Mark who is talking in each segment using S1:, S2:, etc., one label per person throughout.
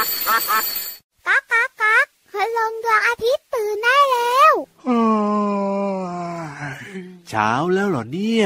S1: ก๊ากก๊ากก๊ากคืลงดวงอาทิตย์ตื่นได้แล้ว
S2: เช้าแล้วเหรอเนี่ย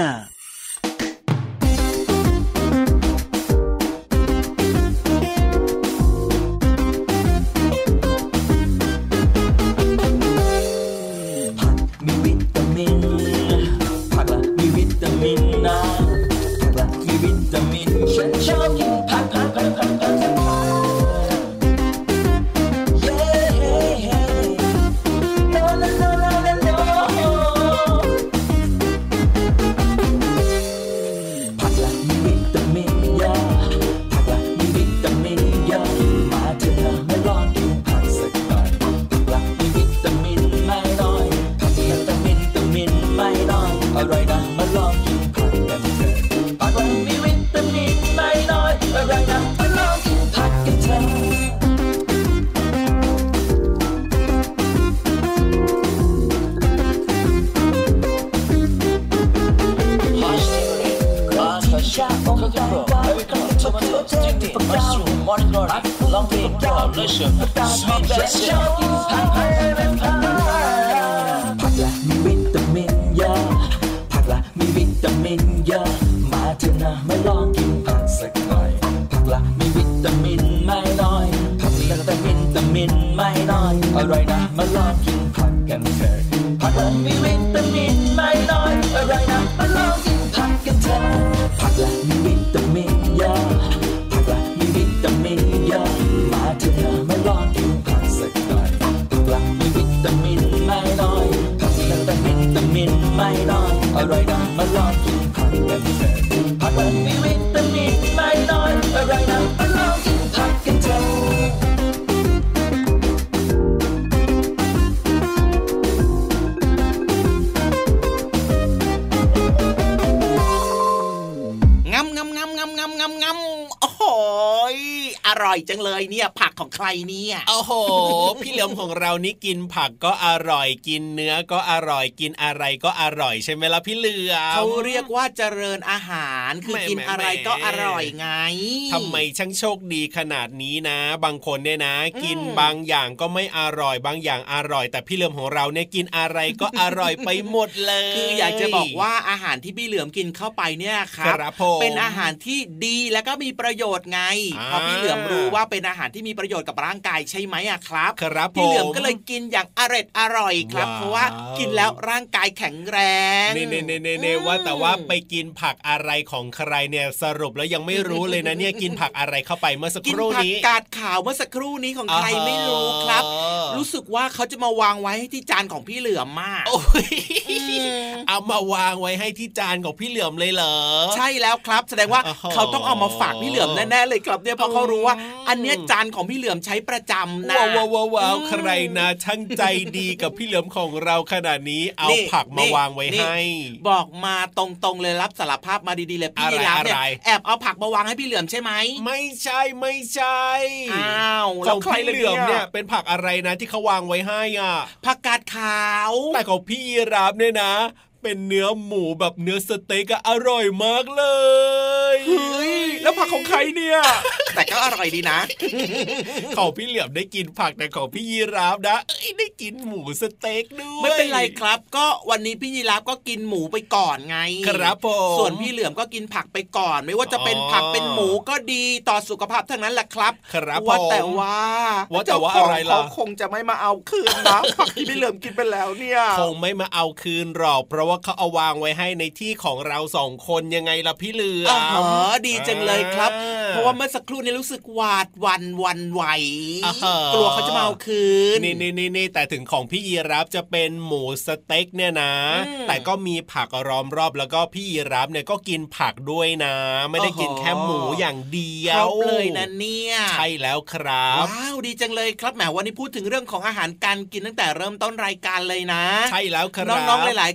S3: อร่อยจังเลยเนี่ยผักของใครเนี่ย
S4: โอ้โหพี่เหลือมของเรานี่กินผักก็อร่อยกินเนื้อก็อร่อยกินอะไรก็อร่อยใช่ไหมล่ะพี่เหลือม
S3: เขาเรียกว่าเจริญอาหารคือกินอะไรก็อร่อยไง
S4: ทำไมช่างโชคดีขนาดนี้นะบางคนเนี่ยนะกินบางอย่างก็ไม่อร่อยบางอย่างอร่อยแต่พี่เหลือมของเราเนี่ยกินอะไรก็อร่อยไปหมดเลย
S3: คืออยากจะบอกว่าอาหารที่พี่เหลือมกินเข้าไปเนี่ยครับเป็นอาหารที่ดีและก็มีประโยชน์ไงเพราะพี่เหลือมรู้ว่าเป็นอาหารที่มีประโยชน์กับร่างกายใช่ไหมอะครับพี่เหลือมก็เลยกินอย่างอร่อยครับเพราะว่ากินแล้วร่างกายแข็งแรง
S4: นี่ว่าแต่ว่าไปกินผักอะไรของใครเนี่ยสรุปแล้วยังไม่รู้เลยนะเนี่ยกินผักอะไรเข้าไปเมื่อสักครู่นี้
S3: กินผักกาดขาวเมื่อสักครู่นี้ของใครไม่รู้ครับรู้สึกว่าเขาจะมาวางไว้ให้ที่จานของพี่เหลือมมาก
S4: เอามาวางไว้ให้ที่จานของพี่เหลือมเลยเหรอ
S3: ใช่แล้วครับแสดงว่าเขาต้องเอามาฝากพี่เหลือมแน่ๆเลยครับเนี่ยเพราะเขารู้ว่าอันเนี้ยจานของพี่เหลือมใช้ประจำนะ
S4: ว้าวใครนะช่างใจดีกับพี่เหลือมของเราขนาดนี้เอาผักมาวางไว้ให้
S3: บอกมาตรงๆเลยรับสารภาพมาดีๆเลยพี่รับเนี่ยแอบเอาผักมาวางให้พี่เหลือมใช่ไหม
S4: ไม่ใช่
S3: อ้าว
S4: ของพี่เหลือมเนี่ยเป็นผักอะไรนะที่เขาวางไว้ให้อ่ะ
S3: ผักกาดขาว
S4: แต่ของพี่รับเนี่ยนะเป็นเนื้อหมูแบบเนื้อสเต็กอร่อยมากเลย
S3: เฮ้ยแล้วผักของใครเนี่ยแต่ก็อร่อยดีนะ
S4: ของพี่เหลือมได้กินผักแต่ของพี่ยีราฟนะได้กินหมูสเต็กด้วย
S3: ไม่เป็นไรครับก็วันนี้พี่ยีราฟก็กินหมูไปก่อนไง
S4: ครับผม
S3: ส่วนพี่เหลือมก็กินผักไปก่อนไม่ว่าจะเป็นผักเป็นหมูก็ดีต่อสุขภาพทั้งนั้นแหละครับว่าแต่ว่า
S4: อะไรล่ะ
S3: เขาคงจะไม่มาเอาคืนนะผักที่พี่เหลือมกินไปแล้วเนี่ย
S4: คงไม่มาเอาคืนหรอกเพราะว่าเขาเอาวางไว้ให้ในที่ของเรา2 คนยังไงล่ะพี่เหลือม
S3: ดีจังเลยครับเพราะว่าเมื่อสักครู่นี้รู้สึกหวาดหวั่นไหวกลัวเขาจะมาเอาคืน
S4: นี่แต่ถึงของพี่ยีราฟจะเป็นหมูสเต็กเนี่ยนะแต่ก็มีผักล้อมรอบแล้วก็พี่ยีราฟเนี่ยก็กินผักด้วยนะไม่ได้กินแค่หมูอย่างเดียว
S3: ครบเลยนะเนี่ย
S4: ใช่แล้วครับ
S3: ว้าวดีจังเลยครับแหมวันนี้พูดถึงเรื่องของอาหารการกินตั้งแต่เริ่มต้นรายการเลยนะ
S4: ใช่แล้วครับ
S3: น้องๆหลายๆคนรู้สึก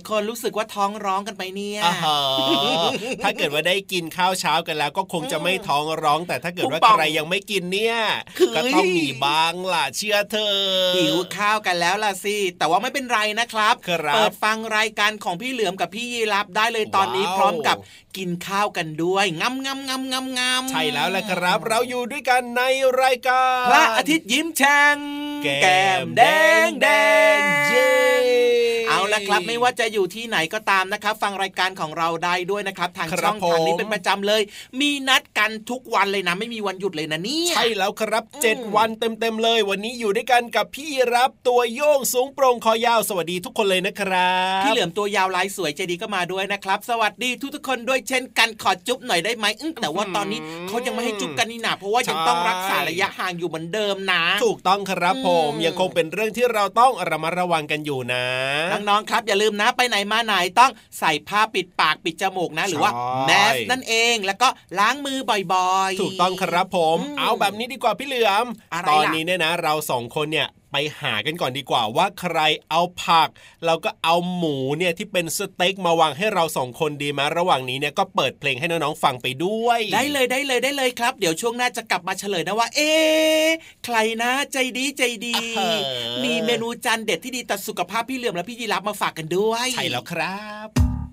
S3: กว่าท้องร้องกันไปเนี่ย
S4: ถ้าเกิดว่าได้กินข้าวเช้ากันแล้วก็คงจะไม่ท้องร้องแต่ถ้าเกิดว่าใครยังไม่กินเนี่ยก็ต้องมีบ้างล่ะเชื่อเธอ
S3: หิวข้าวกันแล้วล่ะสิแต่ว่าไม่เป็นไรนะครับเปิดฟังรายการของพี่เหลือมกับพี่ยีรับได้เลยตอนนี้พร้อมกับกินข้าวกันด้วยงำ
S4: ใช่แล้วแหละครับเราอยู่ด้วยกันในรายการ
S3: พระอาทิตย์ยิ้มแฉ่งแก้มแดงเย้เอาละครับไม่ว่าจะอยู่ที่ไหนก็ตามนะครับฟังรายการของเราได้ด้วยนะครับทางช่องทางนี้เป็นประจำเลยมีนัดกันทุกวันเลยนะไม่มีวันหยุดเลยนะเนี่ย
S4: ใช่แล้วครับ7วันเต็มๆเลยวันนี้อยู่ด้วยกันกับพี่รับตัวโยงสูงโปร่งคอยาวสวัสดีทุกคนเลยนะครับ
S3: พี่เหลือมตัวยาวลายสวยใจดีก็มาด้วยนะครับสวัสดีทุกคนด้วยเช่นกันขอจุ๊บหน่อยได้ไหมแต่ว่าตอนนี้เขายังไม่ให้จุ๊บกันนี่นะเพราะว่ายังต้องรักษาระยะห่างอยู่เหมือนเดิมนะ
S4: ถูกต้องครับผมยังคงเป็นเรื่องที่เราต้องระมัดระวังกันอยู่นะ
S3: น้องๆครับอย่าลืมนะไปไหนมาไหนต้องใส่ผ้าปิดปากปิดจมูกนะหรือว่าแมสนั่นเองแล้วก็ล้างมือบ่อย
S4: ๆถูกต้องครับผมเอาแบบนี้ดีกว่าพี่เหลือมตอนนี้เนี่ยนะเรา2คนเนี่ยไปหากันก่อนดีกว่าว่าใครเอาผักเราก็เอาหมูเนี่ยที่เป็นสเต็กมาวางให้เรา2คนดีมั้ยระหว่างนี้เนี่ยก็เปิดเพลงให้น้องๆฟังไปด้วย
S3: ได้เลยครับเดี๋ยวช่วงหน้าจะกลับมาเฉลยนะว่าใครนะใจดีมีเมนูจานเด็ดที่ดีต่อสุขภาพพี่เหลือมและพี่ยีรับมาฝากกันด้วย
S4: ใช่แล้วครับ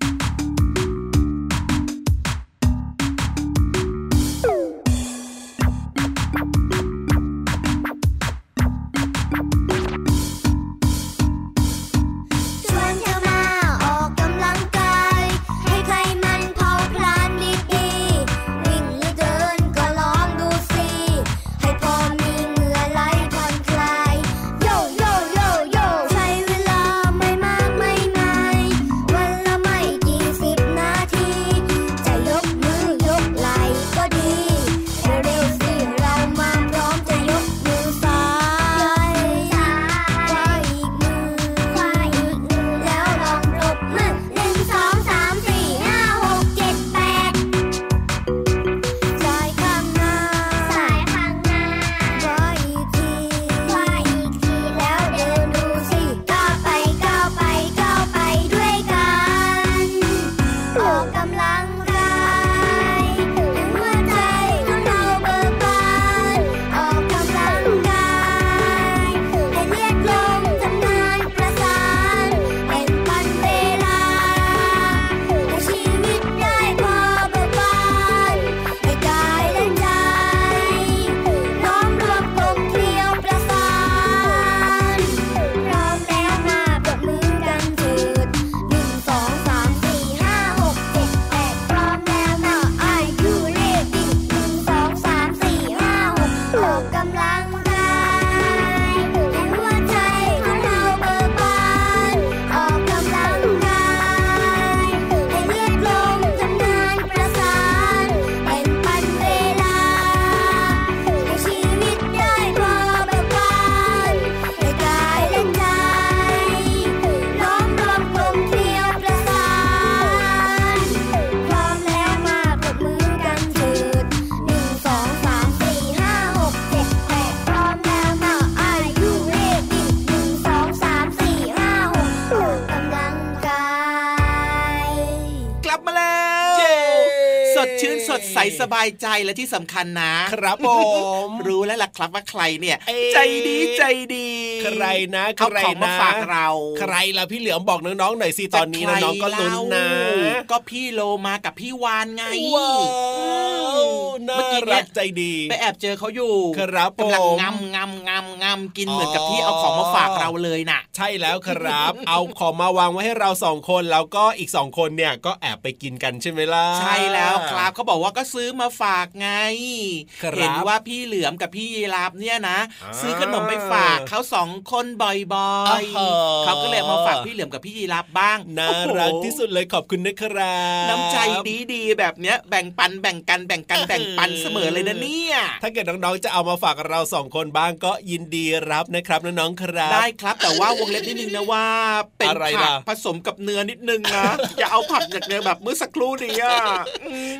S3: สบายใจและที่สำคัญนะครับ
S4: ผม
S3: รู้แล้วล่ะครับว่าใครเนี่ยใจดี
S4: ใครนะ
S3: เอาของมาฝากเรา
S4: ใครล่ะพี่เหลือมบอกน้องๆหน่อยสิตอนนี้น้องๆก็ลุ้นนะ
S3: ก็พี่โลมากับพี่วานไง
S4: น่ารักใจดี
S3: ไปแอบเจอเขาอยู่
S4: ครับผม
S3: กำลังงำกินเหมือนกับที่เอาของมาฝากเราเลยน่ะ
S4: ใช่แล้วครับเอาของมาวางไว้ให้เรา2คนแล้วก็อีก2คนเนี่ยก็แอบไปกินกันใช่ไหมล่ะ
S3: ใช่แล้วครับเขาบอกว่าก็ซื้อมาฝากไงเห็นว่าพี่เหลือมกับพี่ยีราฟเนี่ยนะซื้อขนมไปฝากเขา2คนบ่อยๆเขาก็เลยมาฝากพี่เหลือมกับพี่ยีราฟบ้าง
S4: น่ารักที่สุดเลยขอบคุณนะครับ
S3: น้ำใจดีๆแบบเนี้ยแบ่งปันแบ่งปันเสมอเลยนะเนี่ย
S4: ถ้าเกิดน้องๆจะเอามาฝากเรา2คนบ้างก็ยินดีรับนะครับน้องๆครับ
S3: ได้ครับแต่ว่าวงเล็บนิดนึงนะว่าเป็นผักผสมกับเนื้อนิดนึงนะอย่าเอาผักจากเนื้อแบบเมื่อสักครู่นี้
S4: น่าสง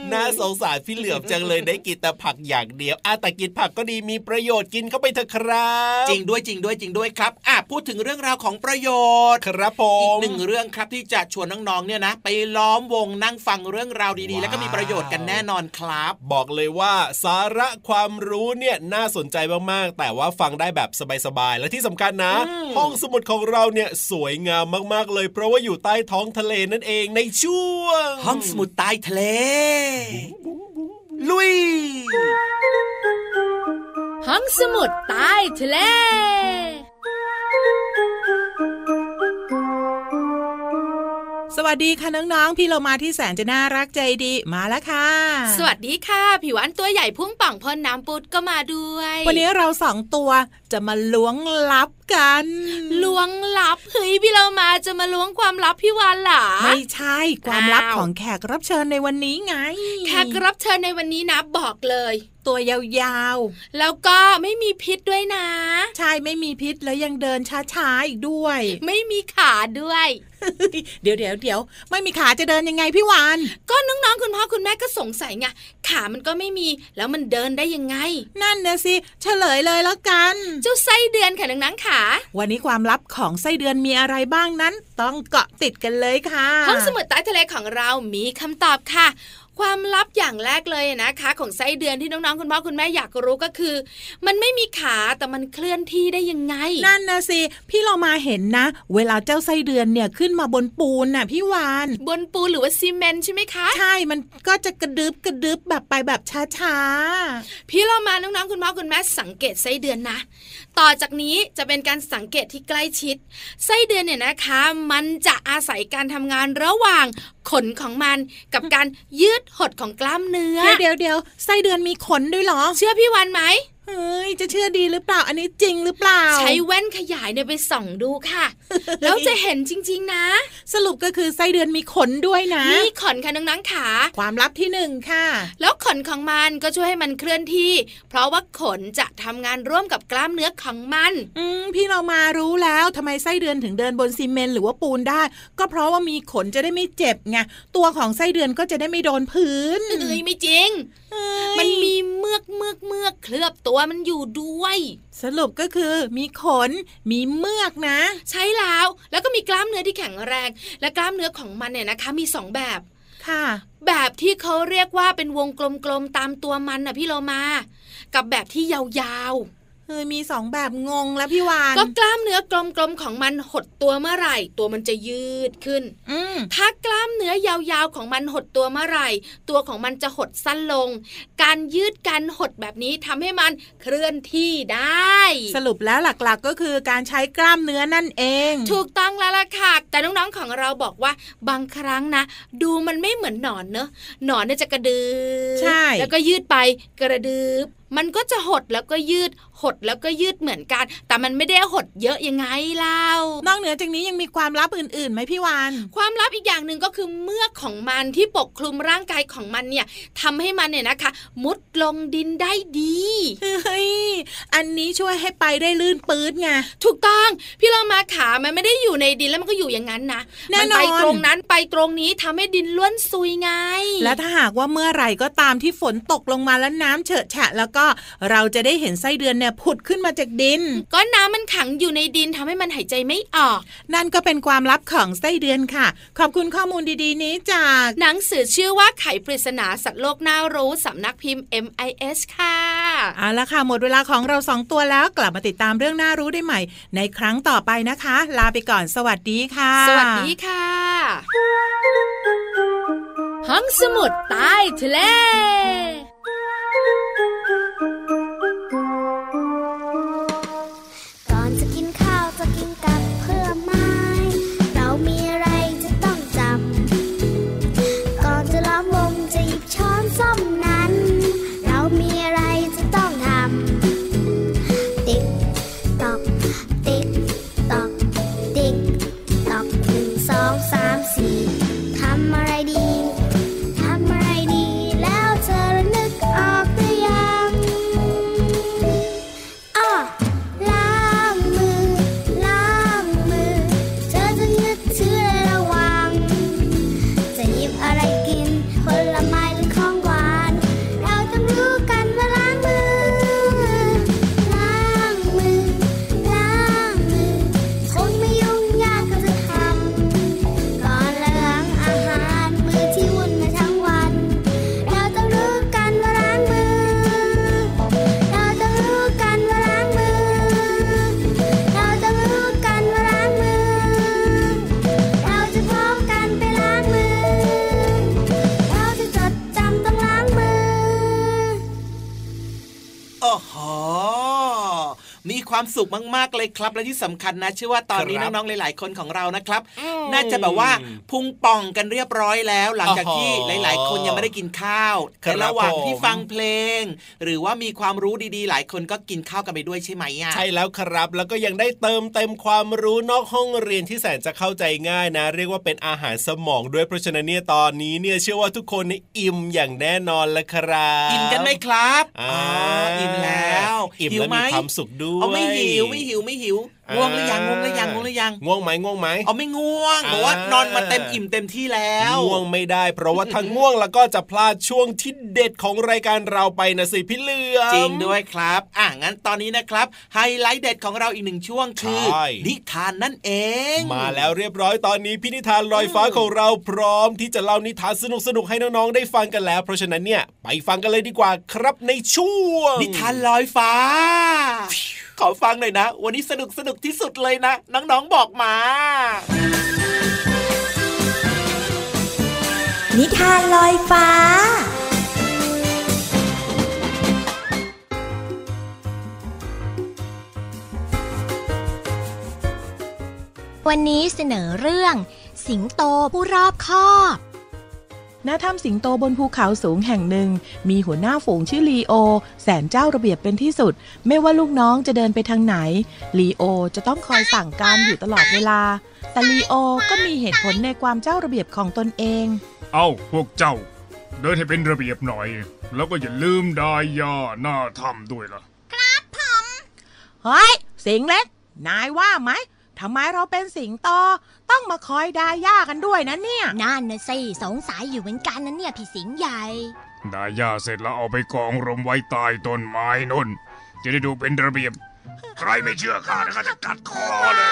S4: งสารพี่เหลือมจังเลยได้กินแต่ผักอย่างเดียวแต่กินผักก็ดีมีประโยชน์กินเข้าไปเถอะครับ
S3: จริงด้วยครับพูดถึงเรื่องราวของประโยชน์
S4: ครับผม
S3: อีกหนึ่งเรื่องครับที่จะชวนน้องๆเนี่ยนะไปล้อมวงนั่งฟังเรื่องราวดีๆแล้วก็มีประโยชน์กันแน่นอนครับ
S4: บอกเลยว่าสาระความรู้เนี่ยน่าสนใจมากๆแต่ว่าฟังได้แบบสบายๆและที่สำคัญนะห้องสมุดของเราเนี่ยสวยงามมากๆเลยเพราะว่าอยู่ใต้ท้องทะเลนั่นเองในช่วง
S3: ห้องสมุดใต้ทะเลลุย
S5: ห้องสมุดใต้ทะเล
S6: สวัสดีค่ะน้องๆพี่เรามาที่แสนจะน่ารักใจดีมาแล้วค่ะ
S5: สวัสดีค่ะผิวอันตัวใหญ่พุ่งป่องพ่นน้ำปุดก็มาด้วย
S6: วันนี้เราสองตัวจะมาล้วงลับกัน
S5: ล้วงลับเฮ้ยพี่เรามาจะมาล้วงความลับพี่วานเหรอ
S6: ไม่ใช่ความลับของแขกรับเชิญในวันนี้ไง
S5: แขกรับเชิญในวันนี้นะบอกเลย
S6: ตัวยาว
S5: ๆแล้วก็ไม่มีพิษด้วยนะ
S6: ใช่ไม่มีพิษแล้วยังเดินช้าๆอีกด้วย
S5: ไม่มีขาด้วย
S6: เดี๋ยวไม่มีขาจะเดินยังไงพี่วาน
S5: ก็น้องๆคุณพ่อคุณแม่ก็สงสัยไงขามันก็ไม่มีแล้วมันเดินได้ยังไง
S6: นั่นนะสิเฉลยเลยแล้วกัน
S5: เจ้าไส้เดือนค่ะน้องๆขา
S6: วันนี้ความลับของไส้เดือนมีอะไรบ้างนั้นต้องเกาะติดกันเลยค่ะ
S5: ห้องสมุดใต้ทะเลของเรามีคำตอบค่ะความลับอย่างแรกเลยนะคะของไส้เดือนที่น้องๆคุณพ่อคุณแม่อยากรู้ก็คือมันไม่มีขาแต่มันเคลื่อนที่ได้ยังไง
S6: นั่นนะสิพี่เรามาเห็นนะเวลาเจ้าไส้เดือนเนี่ยขึ้นมาบนปูนน่ะพี่วาน
S5: บนปูนหรือว่าซีเมนต์ใช่ไหมคะ
S6: ใช่มันก็จะกระดึบแบบไปแบบช้า
S5: ๆพี่เรามาน้องๆคุณพ่อคุณแม่สังเกตไส้เดือนนะต่อจากนี้จะเป็นการสังเกตที่ใกล้ชิดไส้เดือนเนี่ยนะคะมันจะอาศัยการทำงานระหว่างขนของมันกับการยืดหดของกล้ามเนื้อ
S6: เดี๋ยวไส้เดือนมีขนด้วยเหรอ
S5: เชื่อพี่วันไหม
S6: เฮ้ยจะเชื่อดีหรือเปล่าอันนี้จริงหรือเปล่า
S5: ใช้แว่นขยายเนี่ยไปส่องดูค่ะ แล้วจะเห็นจริงๆนะ
S6: สรุปก็คือไส้เดือนมีขนด้วยนะ
S5: มีขนค่ะน้องๆขา
S6: ความลับที่1ค่ะ
S5: แล้วขนของมันก็ช่วยให้มันเคลื่อนที่เพราะว่าขนจะทำงานร่วมกับกล้ามเนื้อของมัน
S6: พี่เรามารู้แล้วทำไมไส้เดือนถึงเดินบนซีเมนต์หรือว่าปูนได้ก็เพราะว่ามีขนจะได้ไม่เจ็บไงตัวของไส้เดือนก็จะได้ไม่โดนพื้น
S5: ไม่จริงมันมีเมือกเคลือบตัวมันอยู่ด้วย
S6: สรุปก็คือมีขนมีเมือกนะ
S5: ใช่แล้วก็มีกล้ามเนื้อที่แข็งแรงและกล้ามเนื้อของมันเนี่ยนะคะมี2แบบ
S6: ค่ะ
S5: แบบที่เขาเรียกว่าเป็นวงกลมๆตามตัวมันน่ะพี่โลมากับแบบที่ยาวๆ
S6: มี2แบบงงแล้วพี่วาน
S5: ก็กล้ามเนื้อกลมๆของมันหดตัวเมื่อไหร่ตัวมันจะยืดขึ้นถ้ากล้ามเนื้อยาวๆของมันหดตัวเมื่อไหร่ตัวของมันจะหดสั้นลงการยืดการหดแบบนี้ทำให้มันเคลื่อนที่ได้
S6: สรุปแล้วหลักๆก็คือการใช้กล้ามเนื้อนั่นเอง
S5: ถูกต้องแล้วล่ะค่ะแต่น้องๆของเราบอกว่าบางครั้งนะดูมันไม่เหมือนหนอนเนอะหนอนเนี่ยจะกระดึบ
S6: ใช่
S5: แล้วก็ยืดไปกระดึบมันก็จะหดแล้วก็ยืดหดแล้วก็ยืดเหมือนกันแต่มันไม่ได้หดเยอะยังไงเล่าน
S6: อกเหนือจากนี้ยังมีความลับอื่นๆไหมพี่วาน
S5: ความลับอีกอย่างหนึ่งก็คือเมือกของมันที่ปกคลุมร่างกายของมันเนี่ยทำให้มันเนี่ยนะคะมุดลงดินได้ดี
S6: เฮ้ยอันนี้ช่วยให้ไปได้ลื่นปื๊ดไง
S5: ถูกต้องพี่เรามาขามันไม่ได้อยู่ในดินแล้วมันก็อยู่อย่างนั้นนะมันไปตรงนั้นไปตรงนี้ทำให้ดินล้วนซุยไง
S6: และถ้าหากว่าเมื่อไหร่ก็ตามที่ฝนตกลงมาแล้วน้ำเฉอะแฉะแล้วก็เราจะได้เห็นไส้เดือนเนี่ยผุดขึ้นมาจากดิน
S5: ก็น้ำมันขังอยู่ในดินทำให้มันหายใจไม่ออก
S6: นั่นก็เป็นความลับของไส้เดือนค่ะขอบคุณข้อมูลดีๆนี้จาก
S5: หนังสือชื่อว่าไขปริศนาสัตว์โลกน่ารู้สำนักพิมพ์ MIS ค่ะ
S6: เอาละค่ะหมดเวลาของเรา2ตัวแล้วกลับมาติดตามเรื่องน่ารู้ได้ใหม่ในครั้งต่อไปนะคะลาไปก่อนสวัสดีค่ะ
S5: สวัสดีค่ะห้องสมุดใต้ทะเล
S1: ทำอะไรดีแล้วเธอ
S3: มีความสุขมากๆเลยครับและที่สำคัญนะเชื่อว่าตอนนี้น้องๆหลายๆคนของเรานะครับน่าจะแบบว่าพุงป่องกันเรียบร้อยแล้วหลังจากที่หลายๆคนยังไม่ได้กินข้าวแต่ระหว่างที่ฟังเพลงหรือว่ามีความรู้ดีๆหลายคนก็กินข้าวกันไปด้วยใช่ไหมใช่
S4: แล้วครับแล้วก็ยังได้เติมเต็มความรู้นอกห้องเรียนที่แสนจะเข้าใจง่ายนะเรียกว่าเป็นอาหารสมองด้วยเพราะฉะนั้นเนี่ยตอนนี้เนี่ยเชื่อว่าทุกคนอิ่มอย่างแน่นอนแล้วครับ
S3: อิ่มกันไหมครับอิ่มแล้ว
S4: อิ่มแล้วมีความสุขด้วย
S3: ไม่หิวง่วงหรือยังง่วง
S4: ไหม
S3: ไม่ง่วงเพราะว่านอนมาเต็มอิ่มเต็มที่แล้ว
S4: ง่วงไม่ได้เพราะว่าถ้าง่วงแล้วก็จะพลาดช่วงที่เด็ดของรายการเราไปนะสิพี่เหลือม
S3: จริงด้วยครับงั้นตอนนี้นะครับไฮไลท์เด็ดของเราอีกหนึ่งช่วงคือนิทานนั่นเอง
S4: มาแล้วเรียบร้อยตอนนี้พี่นิทานลอยฟ้าของเราพร้อมที่จะเล่านิทานสนุกๆให้น้องๆได้ฟังกันแล้วเพราะฉะนั้นเนี่ยไปฟังกันเลยดีกว่าครับในช่วง
S3: นิทานลอยฟ้าขอฟังหน่อยนะวันนี้สนุกที่สุดเลยนะน้องๆบอกมา
S1: นิทานลอยฟ้าวันนี้เสนอเรื่องสิงโตผู้รอบคอบ
S6: ณ ถ้ำสิงโตบนภูเขาสูงแห่งหนึ่งมีหัวหน้าฝูงชื่อลีโอแสนเจ้าระเบียบเป็นที่สุดไม่ว่าลูกน้องจะเดินไปทางไหนลีโอจะต้องคอยสั่งการอยู่ตลอดเวลาแต่ลีโอก็มีเหตุผลในความเจ้าระเบียบของตนเอง
S7: พวกเจ้าเดินให้เป็นระเบียบหน่อยแล้วก็อย่าลืมดายยาหน้าถ้ำด้วยล่ะ
S1: ครับผม
S6: เฮ้ยสิงเล็กนายว่าไหมทำไมเราเป็นสิงโตต้องมาคอยดาย่ากันด้วยนะเนี่ย
S1: นั่นนะสิสงสัยอยู่เหมือนกันนะเนี่ยพี่สิงใหญ่
S7: ดาย่าเสร็จแล้วเอาไปกองรวมไว้ใต้ต้นไม้นนจะได้ดูเป็นระเบียบใครไม่เชื่อข้านะข้าจะกัดคอเลย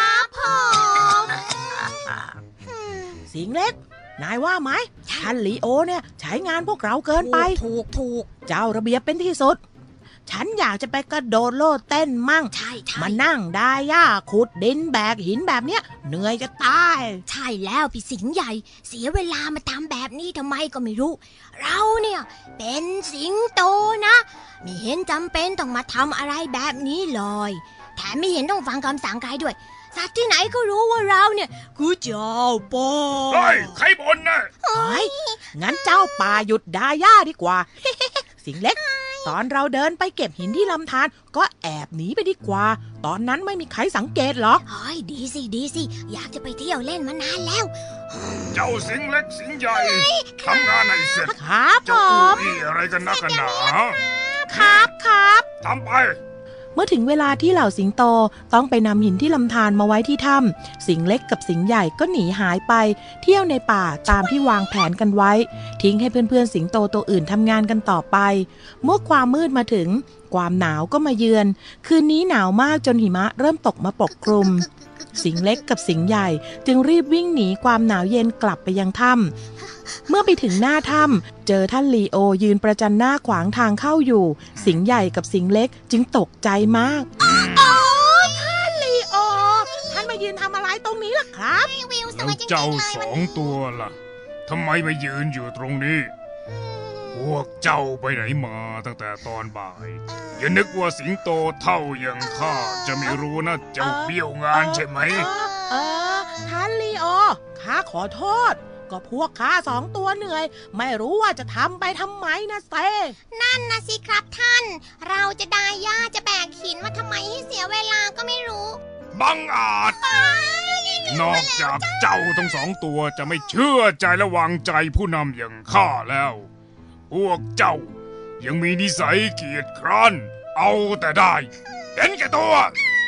S6: สิงเล็กนายว่าไหมท่านลีโอเนี่ยใช้งานพวกเราเกินไป
S1: ถูก
S6: เจ้าระเบียบเป็นที่สุดฉันอยากจะไปกระโดดโลดเต้นมั่ง
S1: ใช่
S6: มานั่งดาย่าขุดดินแบกหินแบบเนี้ยเหนื่อยจะตาย
S1: ใช่แล้วพี่สิงห์ใหญ่เสียเวลามาทำแบบนี้ทำไมก็ไม่รู้เราเนี่ยเป็นสิงโตนะไม่เห็นจำเป็นต้องมาทำอะไรแบบนี้เลยแถมไม่เห็นต้องฟังคำสั่งใครด้วยสัตว์ที่ไหนก็รู้ว่าเราเนี่ยคือเจ้าป่า
S7: ใครบ่นนะ
S6: งั้นเจ้าป่าหยุดดาย่าดีกว่าสิงเล็กตอนเราเดินไปเก็บหินที่ลำธารก็แอบหนีไปดีกว่าตอนนั้นไม่มีใครสังเกตหรอก
S1: ดีสิอยากจะไปเที่ยวเล่นมานานแล้ว
S7: เจ้าสิงเล็กสิงใหญ่ทำงานให้เสร็จ
S6: ครับผม
S7: อะไรกันนักกันหนา
S6: ครับ
S7: ทำไป
S6: เมื่อถึงเวลาที่เหล่าสิงโตต้องไปนำหินที่ลำธารมาไว้ที่ถ้ำสิงเล็กกับสิงใหญ่ก็หนีหายไปเที่ยวในป่าตามที่วางแผนกันไว้ทิ้งให้เพื่อนๆสิงโตตัวอื่นทำงานกันต่อไปเมื่อความมืดมาถึงความหนาวก็มาเยือนคืนนี้หนาวมากจนหิมะเริ่มตกมาปกคลุมสิงเล็กกับสิงใหญ่จึงรีบวิ่งหนีความหนาวเย็นกลับไปยังถ้ำเมื่อไปถึงหน้าถ้ำเจอท่านลีโอยืนประจันหน้าขวางทางเข้าอยู่สิงใหญ่กับสิงเล็กจึงตกใจมากท่านลีโอท่านมายืนทำอะไรตรงนี้ล่ะครับ
S7: แล้วเจ้าสองตัวล่ะทำไมมายืนอยู่ตรงนี้พวกเจ้าไปไหนมาตั้งแต่ตอนบ่ายอย่านึกว่าสิงโตเท่าอย่างข้าจะไม่รู้นะเจ้าเบี้ยวงานใช่ไหม
S6: ท่านลีโอข้าขอโทษก็พวกข้าสองตัวเหนื่อยไม่รู้ว่าจะทำไปทำไมนะเซ่
S1: นั่นนะสิครับท่านเราจะดาย่าจะแบกหินมาทำไมให้เสียเวลาก็ไม่รู้
S7: บังอาจนอกจากเจ้าทั้งสองตัวจะไม่เชื่อใจและวางใจผู้นำอย่างข้าแล้วพวกเจ้ายังมีนิสัยเกียจคร้านเอาแต่ได้เห็นแก่ตัว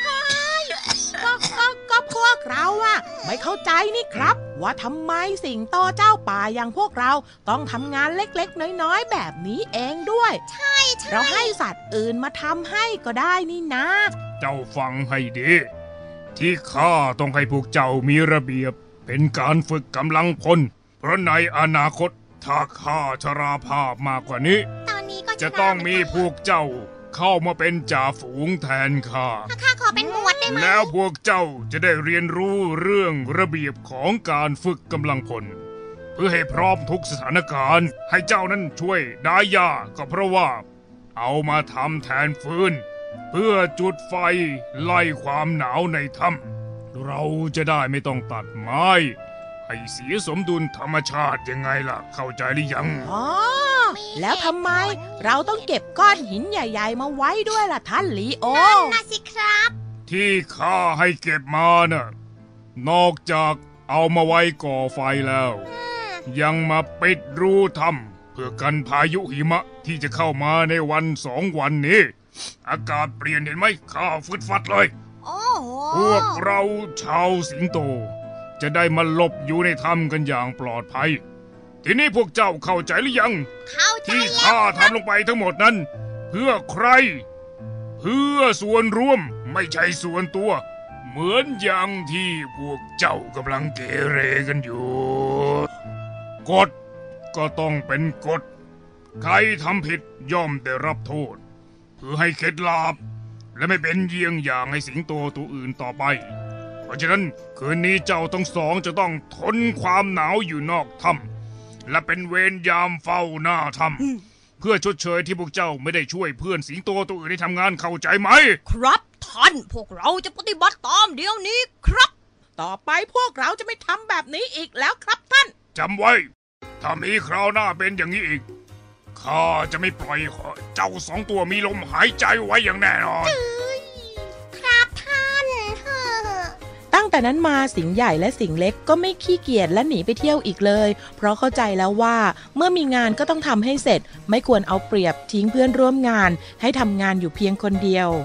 S6: ก็พวกเราอะไม่เข้าใจนี่ครับว่าทำไมสิงโตเจ้าป่าอย่างพวกเราต้องทำงานเล็กๆน้อยๆแบบนี้เองด้วย
S1: ใช่
S6: เราให้สัตว์อื่นมาทำให้ก็ได้นี่นะ
S7: เจ้าฟังให้ดีที่ข้าต้องให้พวกเจ้ามีระเบียบเป็นการฝึกกำลังพลเพราะในอนาคตถ้าข้าชราภาพมากกว่านี้จะต้องมีพวกเจ้าเข้ามาเป็นจ่าฝูงแทนข้า
S1: ขอเป็นหมวดได้ไหม
S7: แล้วพวกเจ้าจะได้เรียนรู้เรื่องระเบียบของการฝึกกำลังพลเพื่อให้พร้อมทุกสถานการณ์ให้เจ้านั้นช่วยดาย่าก็เพราะว่าเอามาทำแทนฟืนเพื่อจุดไฟไล่ความหนาวในถ้ำเราจะได้ไม่ต้องตัดไม้ให้เสียสมดุลธรรมชาติยังไงล่ะเข้าใจหรือยัง
S6: อ๋อแล้วทำไมเราต้องเก็บก้อนหินใหญ่ๆมาไว้ด้วยล่ะท่านลีโอ
S1: นั่นนะสิครับ
S7: ที่ข้าให้เก็บมาน่ะนอกจากเอามาไว้ก่อไฟแล้วยังมาปิดรูถ้ำเพื่อกันพายุหิมะที่จะเข้ามาในวัน2 วันนี้อากาศเปลี่ยนเห็นไหมข้าฟึดฟัดเลยพวกเราชาวสิงโตจะได้มาหลบอยู่ในถ้ำกันอย่างปลอดภัยทีนี้พวกเจ้าเข้าใจหรือยังที่ข้าทำลงไปทั้งหมดนั้นเพื่อใครเพื่อส่วนรวมไม่ใช่ส่วนตัวเหมือนอย่างที่พวกเจ้ากำลังเกเรกันอยู่กฎก็ต้องเป็นกฎใครทำผิดย่อมได้รับโทษเพื่อให้เข็ดหลาบและไม่เป็นเยี่ยงอย่างให้สิงโตตัวอื่นต่อไปเพราะฉะนั้นคืนนี้เจ้าทั้งสองจะต้องทนความหนาวอยู่นอกถ้ำและเป็นเวรยามเฝ้าหน้าถ้ำเพื่อชดเชยที่พวกเจ้าไม่ได้ช่วยเพื่อนสิงโตตัวอื่นให้ทำงานเข้าใจไหม
S1: ครับท่านพวกเราจะปฏิบัติตามเดี๋ยวนี้ครับ
S6: ต่อไปพวกเราจะไม่ทำแบบนี้อีกแล้วครับท่าน
S7: จำไว้ถ้ามีคราวหน้าเป็นอย่างนี้อีกข้าจะไม่ปล่อยเจ้า2 ตัวมีลมหายใจไว้อย่างแน่นอน
S1: ครับท่าน
S6: ตั้งแต่นั้นมาสิงห์ใหญ่และสิงห์เล็กก็ไม่ขี้เกียจและหนีไปเที่ยวอีกเลยเพราะเข้าใจแล้วว่าเมื่อมีงานก็ต้องทำให้เสร็จไม่ควรเอาเปรียบทิ้งเพื่อนร่วมงานให้ทำงานอยู่เพียงคนเดียว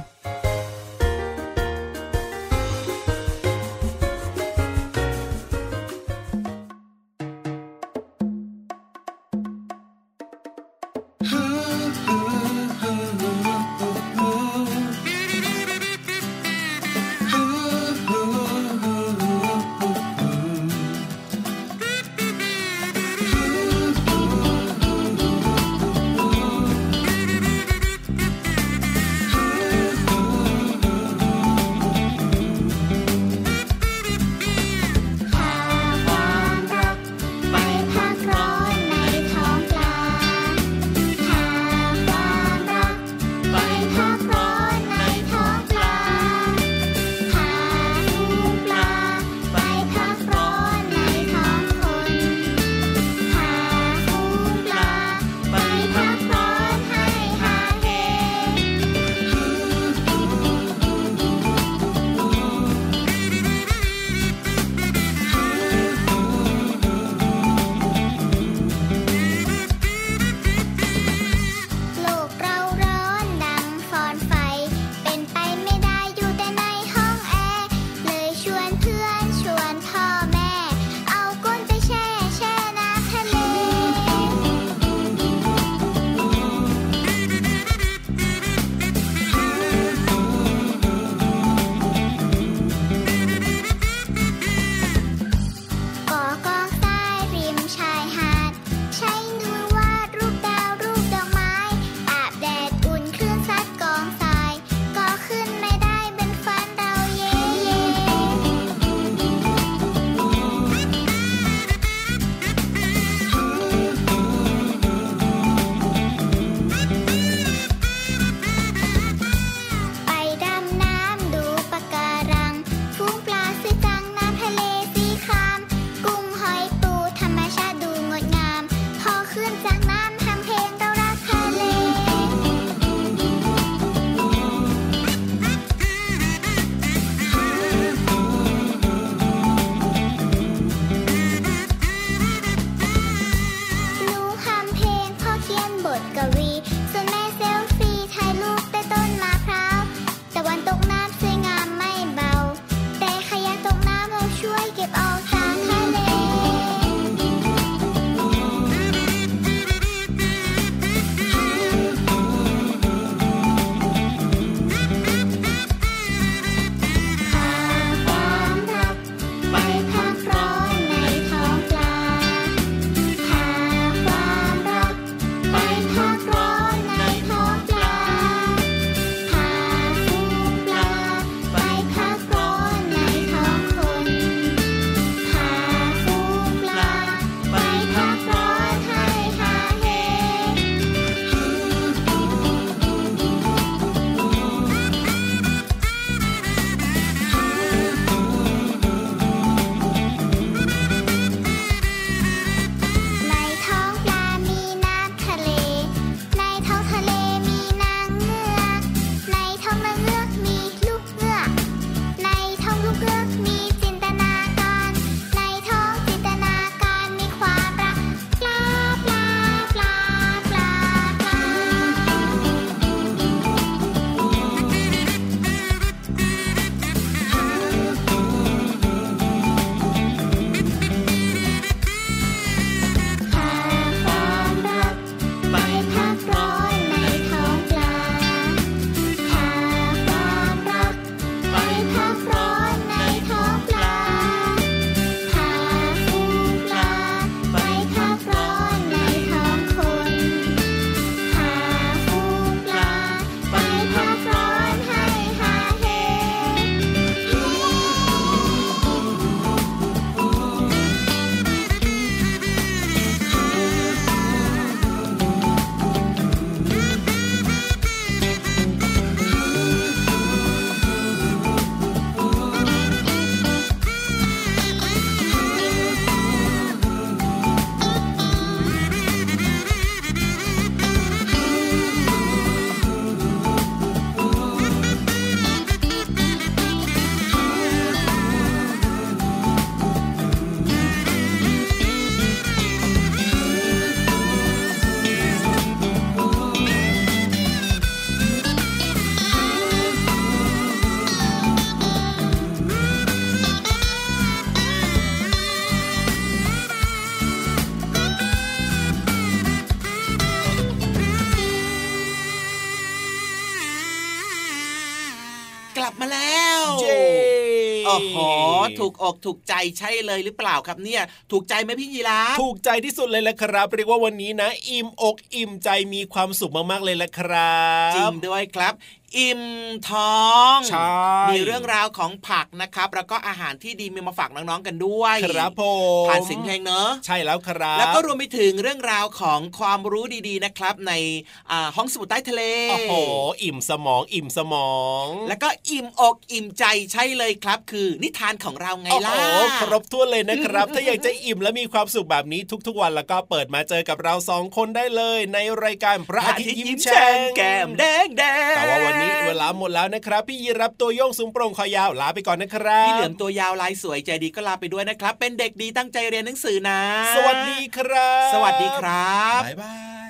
S3: กลับมาแล้วโอ้โหถูกอกถูกใจใช่เลยหรือเปล่าครับเนี่ยถูกใจไหมพี่ยีราฟ
S4: ถูกใจที่สุดเลยแหละครับเรียกว่าวันนี้นะอิ่มอกอิ่มใจมีความสุขมากๆเลยแหละครับ
S3: จริงด้วยครับอิ่มท้อง มีเรื่องราวของผักนะครับแล้วก็อาหารที่ดีมีมาฝากน้องๆกันด้วย
S4: ครับผม
S3: ผ่านเสียงเพลงเนอะ
S4: ใช่แล้วครับ
S3: แล้วก็รวมไปถึงเรื่องราวของความรู้ดีๆนะครับในห้องสมุดใต้ทะเล
S4: โอ้โหอิ่มสมองอิ่มสมอง
S3: แล้วก็อิ่มอกอิ่มใจใช่เลยครับคือนิทานของเราไงล่ะ
S4: โอ้โหครบถ้วนเลยนะครับ ถ้าอยากจะอิ่มและมีความสุขแบบนี้ทุกๆวันแล้วก็เปิดมาเจอกับเรา2คนได้เลยในรายการพระอาทิตย์ยิ้มแฉ่ง
S3: แก้มแดง
S4: แต่ว่าวันนี้เวลาหมดแล้วนะครับพี่ยีรับตัวโยงสูงโปร่งคอยาวลาไปก่อนนะครับ
S3: พี่เหลือมตัวยาวลายสวยใจดีก็ลาไปด้วยนะครับเป็นเด็กดีตั้งใจเรียนหนังสือนะ
S4: สวัสดีครับ
S3: สวัสดีครับ
S4: บ๊ายบาย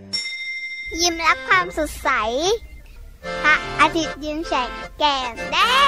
S8: ยิ้มรับความสดใสพระอาทิตย์ยิ้มแฉกแก้มแดง